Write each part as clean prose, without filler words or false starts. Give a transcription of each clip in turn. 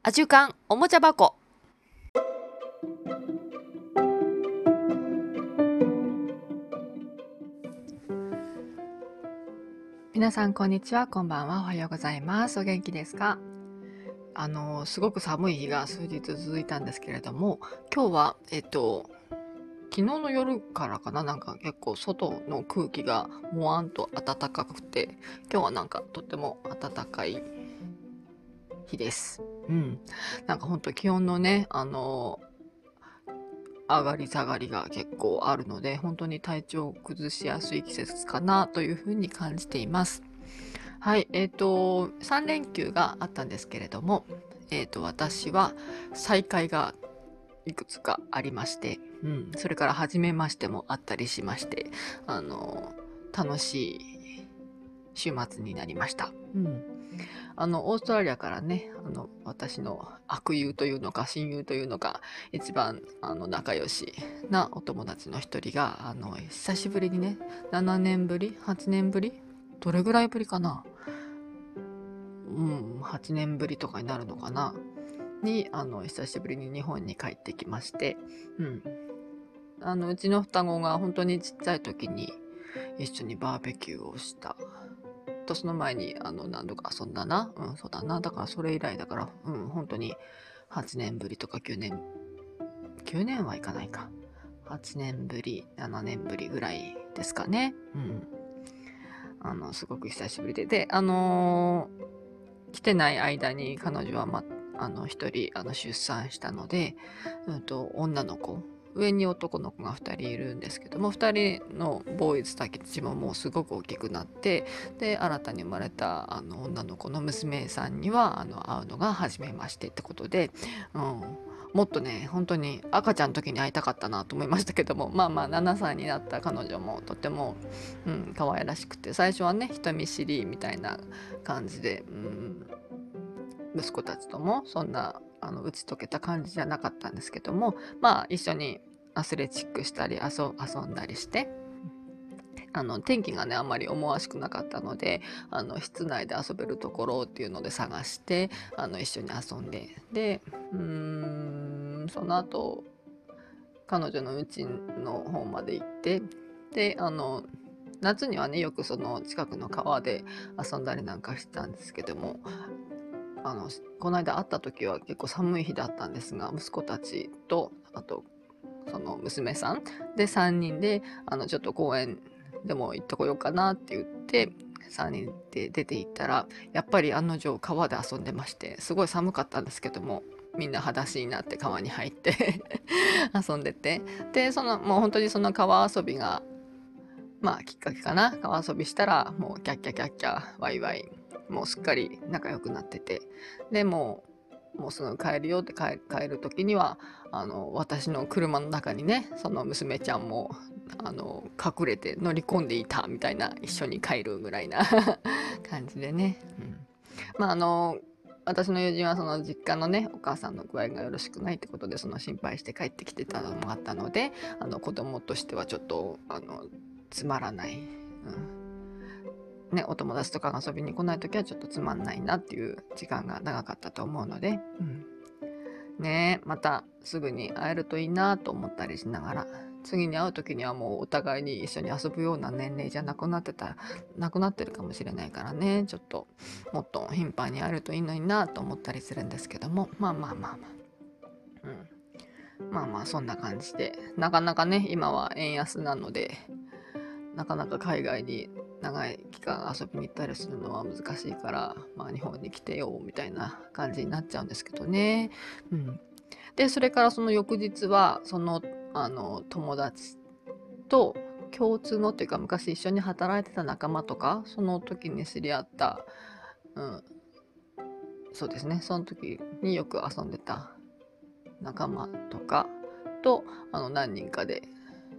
アジュカンおもちゃ箱。皆さんこんにちは、こんばんは、おはようございます。お元気ですか？すごく寒い日が数日続いたんですけれども、今日は昨日の夜からかな、なんか結構外の空気がもわんと暖かくて、今日はなんかとっても暖かい日です。なんか本当気温のね、上がり下がりが結構あるので、本当に体調を崩しやすい季節かなというふうに感じています。はい、3連休があったんですけれども、私は再会がいくつかありまして、それから初めましてもあったりしまして、楽しい週末になりました。オーストラリアからね、私の悪友というのか親友というのか、一番仲良しなお友達の一人が久しぶりにね、7年ぶり8年ぶりどれぐらいぶりかな、8年ぶりとかになるのかなに久しぶりに日本に帰ってきまして、うちの双子が本当にちっちゃい時に一緒にバーベキューをしたと、その前に何度か遊んだな。そうだな。だからそれ以来だから、本当に8年ぶりとか9年はいかないか。8年ぶり、7年ぶりぐらいですかね。すごく久しぶりで。で、来てない間に彼女は一人出産したので、女の子、上に男の子が2人いるんですけども、2人のボーイズたちももうすごく大きくなって、で新たに生まれた女の子の娘さんには会うのが初めましてってことで、もっとね本当に赤ちゃんの時に会いたかったなと思いましたけども、7歳になった彼女もとても、可愛らしくて、最初はね人見知りみたいな感じで、息子たちともそんな打ち解けた感じじゃなかったんですけども、一緒にアスレチックしたり遊んだりして、天気がねあんまり思わしくなかったので、室内で遊べるところっていうので探して一緒に遊んで、でその後彼女の家の方まで行って、で夏にはねよくその近くの川で遊んだりなんかしてたんですけども、この間会った時は結構寒い日だったんですが、息子たちとあとその娘さんで3人でちょっと公園でも行ってこようかなって言って3人で出て行ったら、やっぱり案の定川で遊んでまして、すごい寒かったんですけども、みんな裸足になって川に入って遊んでて、でもう本当にその川遊びがきっかけかな。川遊びしたらもうキャッキャキャッキャワイワイ、もうすっかり仲良くなってて、でもうすぐ帰るよって帰る時には私の車の中にねその娘ちゃんも隠れて乗り込んでいたみたいな、一緒に帰るぐらいな感じでね、私の友人はその実家のねお母さんの具合がよろしくないってことで、その心配して帰ってきてたのもあったので、子供としてはちょっとつまらない、お友達とかが遊びに来ない時はちょっとつまんないなっていう時間が長かったと思うので、またすぐに会えるといいなと思ったりしながら、次に会う時にはもうお互いに一緒に遊ぶような年齢じゃなくなってるかもしれないからね、ちょっともっと頻繁に会えるといいのになと思ったりするんですけども、そんな感じで、なかなかね今は円安なので、なかなか海外に長い期間遊びに行ったりするのは難しいから、日本に来てよみたいな感じになっちゃうんですけどね。でそれからその翌日はその友達と共通のっていうか、昔一緒に働いてた仲間とか、その時に知り合った、そうですね、その時によく遊んでた仲間とかと何人かで、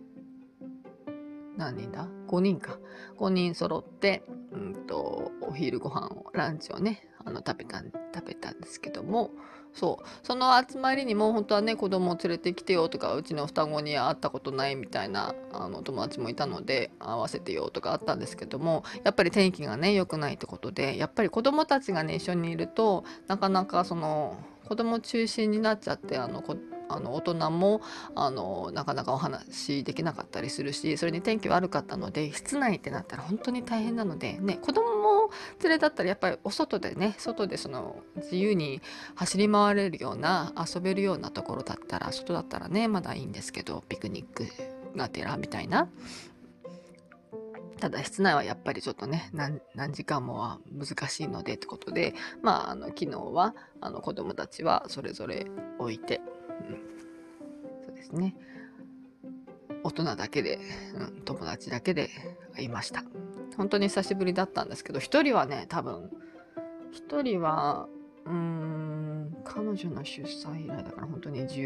何人だ ?5 人か。5人揃って、お昼ご飯を、ランチをね、食べたんですけども、その集まりにも本当はね、子供を連れてきてよとか、うちの双子に会ったことないみたいな友達もいたので、会わせてよとかあったんですけども、やっぱり天気がね、良くないってことで、やっぱり子供たちがね、一緒にいると、なかなかその子供中心になっちゃって、大人もなかなかお話できなかったりするし、それに天気悪かったので室内ってなったら本当に大変なのでね、子供も連れだったらやっぱりお外でね、外でその自由に走り回れるような遊べるようなところだったら、外だったらねまだいいんですけど、ピクニックがてらみたいな。ただ室内はやっぱりちょっとね、何時間もは難しいのでってことで、昨日は子供たちはそれぞれ置いて、そうですね、大人だけで、友達だけでいました。本当に久しぶりだったんですけど、一人はね、一人は彼女の出産以来だから本当に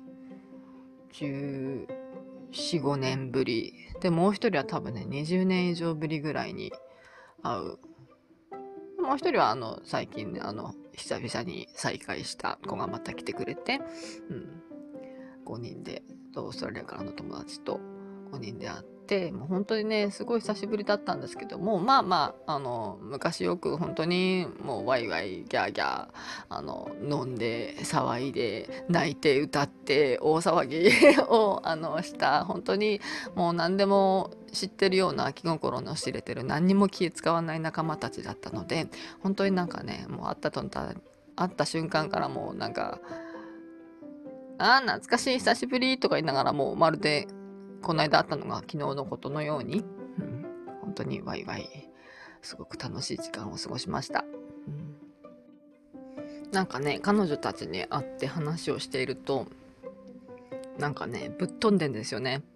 14、5年ぶりで、もう一人は多分ね20年以上ぶりぐらいに会う。もう一人は最近久々に再会した子がまた来てくれて、5人でオーストラリアからの友達と5人で会って、もう本当にねすごい久しぶりだったんですけども、昔よく本当にもうワイワイギャーギャー飲んで騒いで泣いて歌って大騒ぎをした本当にもう何でも知ってるような気心の知れてる何にも気使わない仲間たちだったので、本当になんかねもう会った瞬間からもうなんか懐かしい久しぶりとか言いながら、もうまるでこの間会ったのが昨日のことのように、本当にワイワイすごく楽しい時間を過ごしました。なんかね彼女たちに会って話をしているとなんかねぶっ飛んでんですよね。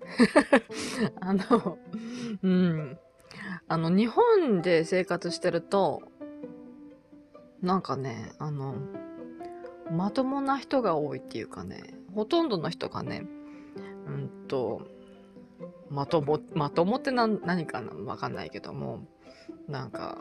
日本で生活してるとなんかねまともな人が多いっていうかね、ほとんどの人がねまともって何かなわかんないけども、なんか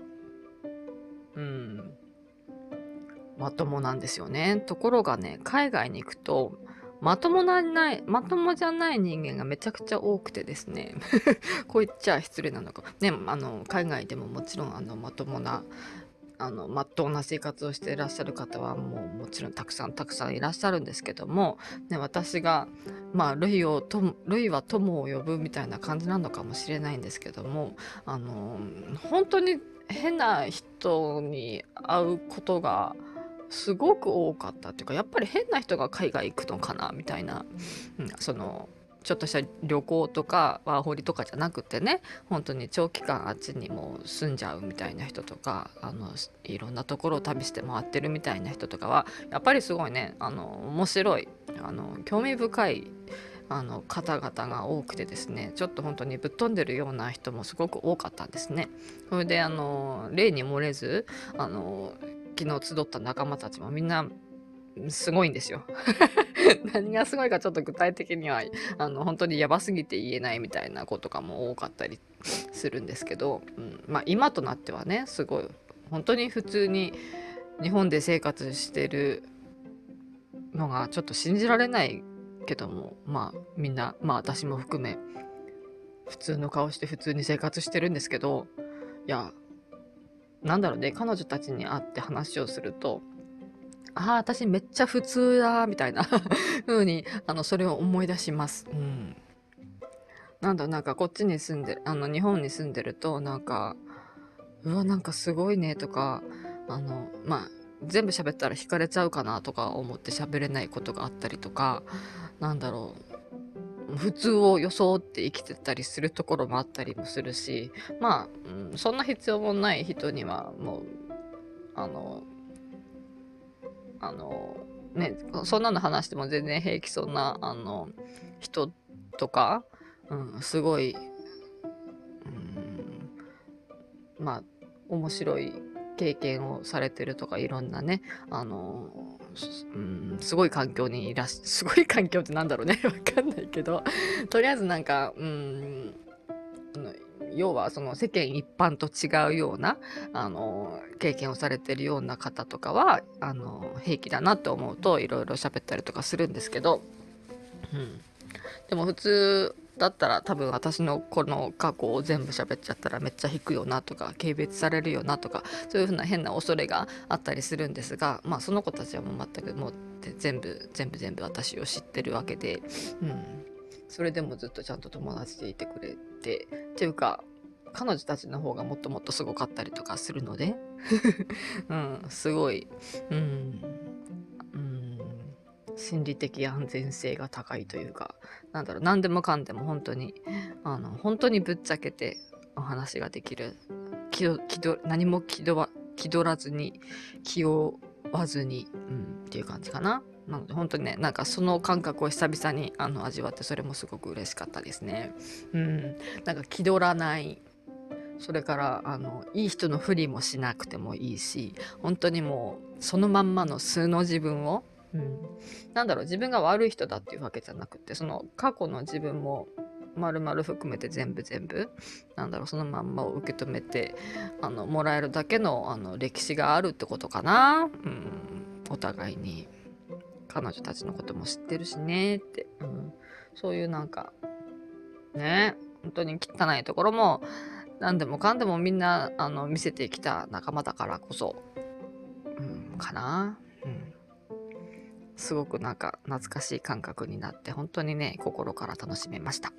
まともなんですよね。ところがね海外に行くとまともじゃない人間がめちゃくちゃ多くてですねこう言っちゃ失礼なのかね、海外でももちろんまともなまっとうな生活をしていらっしゃる方はもちろんたくさんいらっしゃるんですけども、ね、私が類は友を呼ぶみたいな感じなのかもしれないんですけども、本当に変な人に会うことがすごく多かったっていうか、やっぱり変な人が海外行くのかなみたいな、ちょっとした旅行とかワーホリとかじゃなくてね、本当に長期間あっちにも住んじゃうみたいな人とか、いろんなところを旅して回ってるみたいな人とかはやっぱりすごいね面白い興味深い方々が多くてですね、ちょっと本当にぶっ飛んでるような人もすごく多かったんですね。それで例に漏れず昨日集った仲間たちもみんなすごいんですよ。何がすごいかちょっと具体的には本当にやばすぎて言えないみたいなこととかも多かったりするんですけど、今となってはねすごい本当に普通に日本で生活してるのがちょっと信じられないけども、みんな私も含め普通の顔して普通に生活してるんですけど、いやなんだろうね、彼女たちに会って話をすると私めっちゃ普通だみたいな風にそれを思い出します。なんかこっちに住んで日本に住んでるとなんかなんかすごいねとか全部喋ったら惹かれちゃうかなとか思って喋れないことがあったりとか、普通を装って生きてたりするところもあったりもするし、そんな必要もない人にはもうそんなの話しても全然平気そうな人とか、すごい、面白い経験をされてるとか、いろんなねすごい環境にすごい環境ってなんだろうねわかんないけどとりあえずなんか要はその世間一般と違うような経験をされてるような方とかは平気だなって思うといろいろ喋ったりとかするんですけど、でも普通だったら多分私のこの過去を全部喋っちゃったらめっちゃ引くよなとか軽蔑されるよなとか、そういうふうな変な恐れがあったりするんですが、まあその子たちはもう全くもう全部私を知ってるわけで、それでもずっとちゃんと友達でいてくれて、っていうか彼女たちの方がもっともっとすごかったりとかするのですごい、心理的安全性が高いというか、何でもかんでも本当にぶっちゃけてお話ができる、何も気取らずに気負わずに、っていう感じかな。なので本当にね、なんかその感覚を久々に味わって、それもすごく嬉しかったですね。なんか気取らない、それからいい人のふりもしなくてもいいし、本当にもうそのまんまの素の自分を、自分が悪い人だっていうわけじゃなくて、その過去の自分も丸々含めて全部そのまんまを受け止めてもらえるだけの歴史があるってことかな。お互いに彼女たちのことも知ってるしねって、そういうなんかね、本当に汚いところも何でもかんでもみんな見せてきた仲間だからこそ、かな。すごくなんか懐かしい感覚になって、本当にね、心から楽しめました。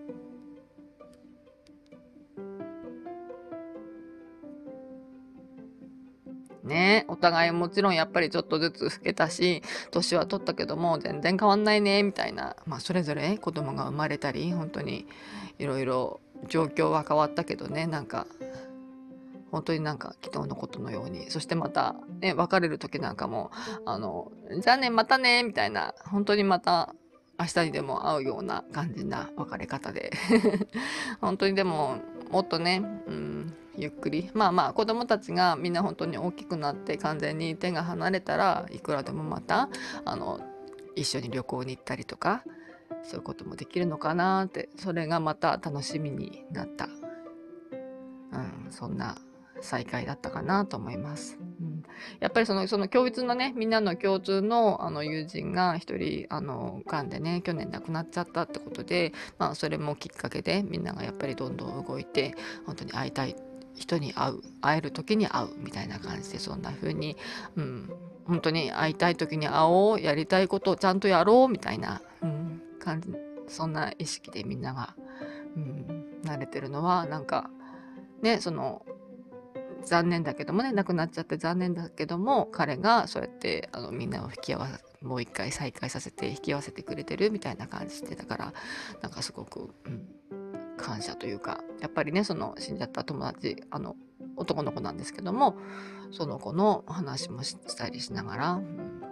ね、お互いもちろんやっぱりちょっとずつ老けたし、年は取ったけども全然変わんないねみたいな、それぞれ子供が生まれたり、本当にいろいろ状況は変わったけどね、なんか本当になんか昨日のことのように、そしてまたね、別れる時なんかもじゃあねまたねみたいな、本当にまた明日にでも会うような感じな別れ方で本当にでももっとね、ゆっくり、子供たちがみんな本当に大きくなって完全に手が離れたら、いくらでもまた一緒に旅行に行ったりとか、そういうこともできるのかなって、それがまた楽しみになった、そんな再会だったかなと思います。やっぱりその共通のね、みんなの共通の友人が一人がんでね、去年亡くなっちゃったってことで、それもきっかけでみんながやっぱりどんどん動いて、本当に会いたい人に会える時に会うみたいな感じで、そんな風に、本当に会いたい時に会おう、やりたいことをちゃんとやろうみたいな、感じ、そんな意識でみんなが、慣れてるのはなんかね、残念だけどもね、亡くなっちゃって残念だけども、彼がそうやってみんなをもう一回再会させて引き合わせてくれてるみたいな感じで、だからなんかすごく、感謝というか、やっぱりね、その死んじゃった友達男の子なんですけども、その子の話もしたりしながら、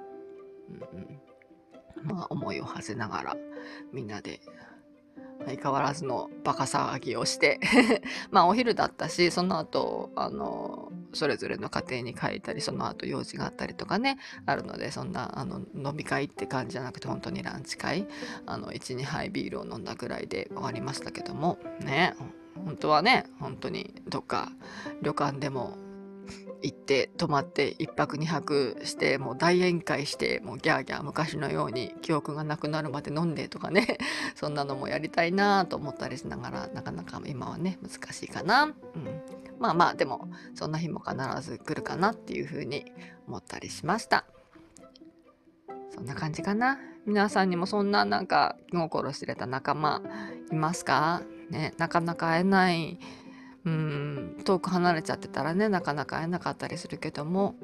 思いを馳せながらみんなで相変わらずのバカ騒ぎをしてお昼だったし、その後それぞれの家庭に帰ったり、その後用事があったりとかね、あるので、そんな飲み会って感じじゃなくて、本当にランチ会、12杯ビールを飲んだぐらいで終わりましたけどもね。本当はね、本当にどっか旅館でも行って泊まって1泊2泊して、もう大宴会して、もうギャーギャー昔のように記憶がなくなるまで飲んでとかねそんなのもやりたいなと思ったりしながら、なかなか今はね難しいかな。でもそんな日も必ず来るかなっていうふうに思ったりしました。そんな感じかな。皆さんにもそんななんか気心知れた仲間いますかね。なかなか会えない、遠く離れちゃってたらね、なかなか会えなかったりするけども、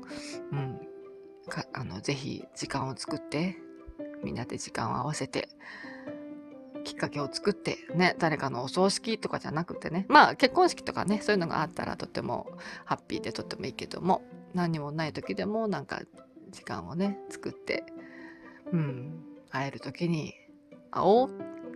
ぜひ時間を作って、みんなで時間を合わせてきっかけを作ってね、誰かのお葬式とかじゃなくてね、結婚式とかね、そういうのがあったらとてもハッピーでとってもいいけども、何にもない時でもなんか時間をね作って、会える時に会おう、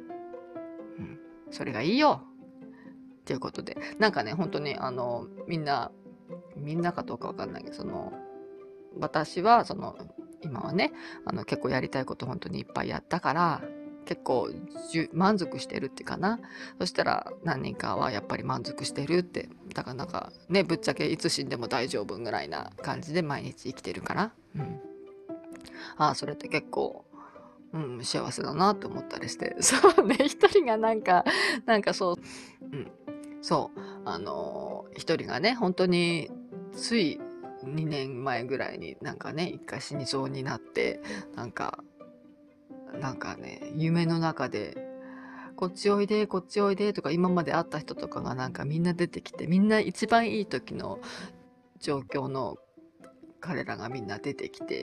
それがいいよということで、なんかね、本当にみんなかどうかわかんないけど、私は今はね結構やりたいこと本当にいっぱいやったから、結構満足してるっていうかな。そしたら何人かはやっぱり満足してるって、だからなんかね、ぶっちゃけいつ死んでも大丈夫ぐらいな感じで毎日生きてるから、それって結構幸せだなと思ったりして。そうね、一人がそう、そう、一人がね、本当につい2年前ぐらいに一回死にそうになって、なんかね、夢の中で、こっちおいで、こっちおいでとか、今まで会った人とかがみんな出てきて、みんな一番いい時の状況の彼らがみんな出てきて、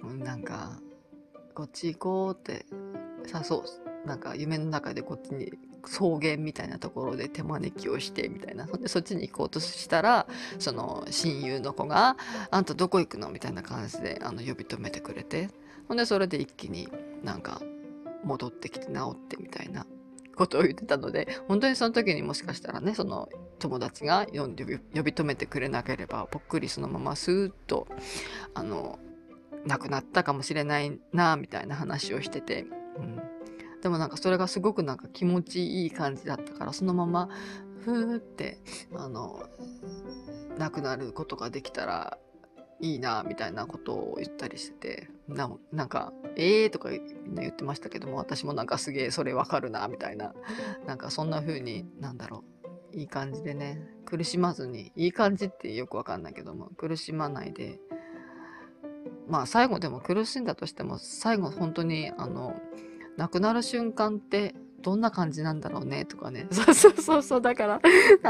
こっち行こうって誘う。夢の中でこっちに草原みたいなところで手招きをしてみたいな。でそっちに行こうとしたら、その親友の子が「あんたどこ行くの？」みたいな感じで呼び止めてくれて、ほんでそれで一気に戻ってきて治ってみたいなことを言ってたので、本当にその時にもしかしたらね、その友達が呼び止めてくれなければ、ぽっくりそのままスーッと亡くなったかもしれないなみたいな話をしてて、でもそれがすごく気持ちいい感じだったから、そのままふーって亡くなることができたらいいなみたいなことを言ったりしてて、とかみんな言ってましたけども、私もすげえそれわかるなみたいな、そんな風にいい感じでね、苦しまずに、いい感じってよくわかんないけども、苦しまないで、まあ最後でも苦しんだとしても、最後本当に亡くなる瞬間ってどんな感じなんだろうねとかね。そう、だから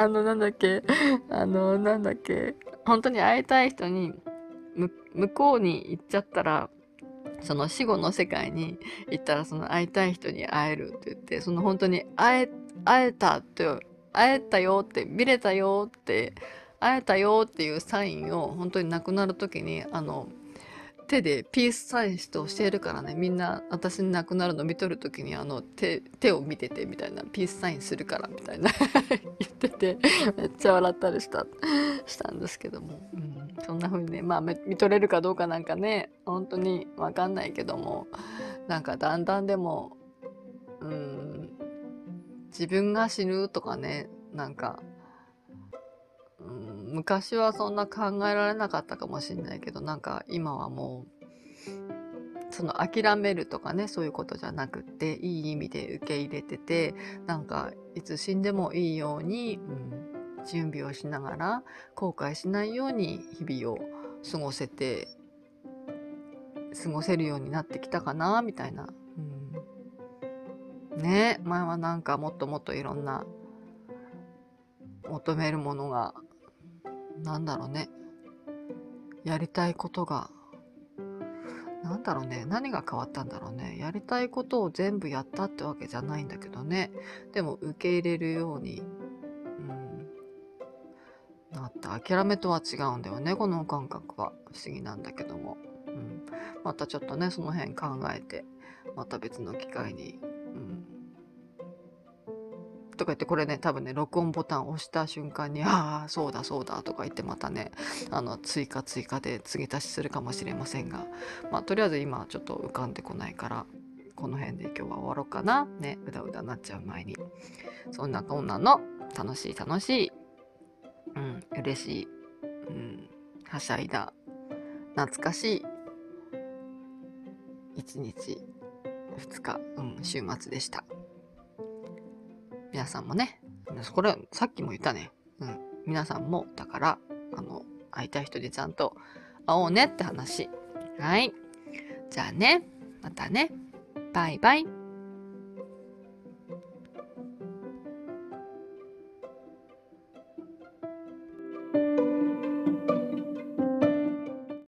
本当に会いたい人に向こうに行っちゃったら、その死後の世界に行ったら、その会いたい人に会えるって言って、その本当に会えたよって、見れたよって、会えたよっていうサインを本当に亡くなる時に手でピースサインして教えるからね。みんな私に亡くなるの見とる時に手を見ててみたいな、ピースサインするからみたいな言ってて、めっちゃ笑ったりしたんですけども、そんな風にね、見とれるかどうか本当に分かんないけども、だんだんでも自分が死ぬとかね、昔はそんな考えられなかったかもしれないけど、今はもうその諦めるとかね、そういうことじゃなくって、いい意味で受け入れてて、いつ死んでもいいように、準備をしながら後悔しないように日々を過ごせるようになってきたかなみたいな、ね。前はもっともっといろんな求めるものが、やりたいことが、何が変わったんだろうね。やりたいことを全部やったってわけじゃないんだけどね。でも受け入れるように、なった。諦めとは違うんだよね、この感覚は。不思議なんだけども。またちょっとね、その辺考えて、また別の機会に、とか言って、これね、多分ね、録音ボタンを押した瞬間に、ああ、そうだそうだとか言って、またね、追加で継ぎ足しするかもしれませんが、とりあえず今ちょっと浮かんでこないから、この辺で今日は終わろうかな。ね、うだうだなっちゃう前に。そんなこんなの、楽しい、嬉しい、はしゃいだ、懐かしい、1日、2日、週末でした。皆さんもね、これさっきも言ったね。皆さんもだから会いたい人でちゃんと会おうねって話。はい。じゃあね、またね。バイバイ。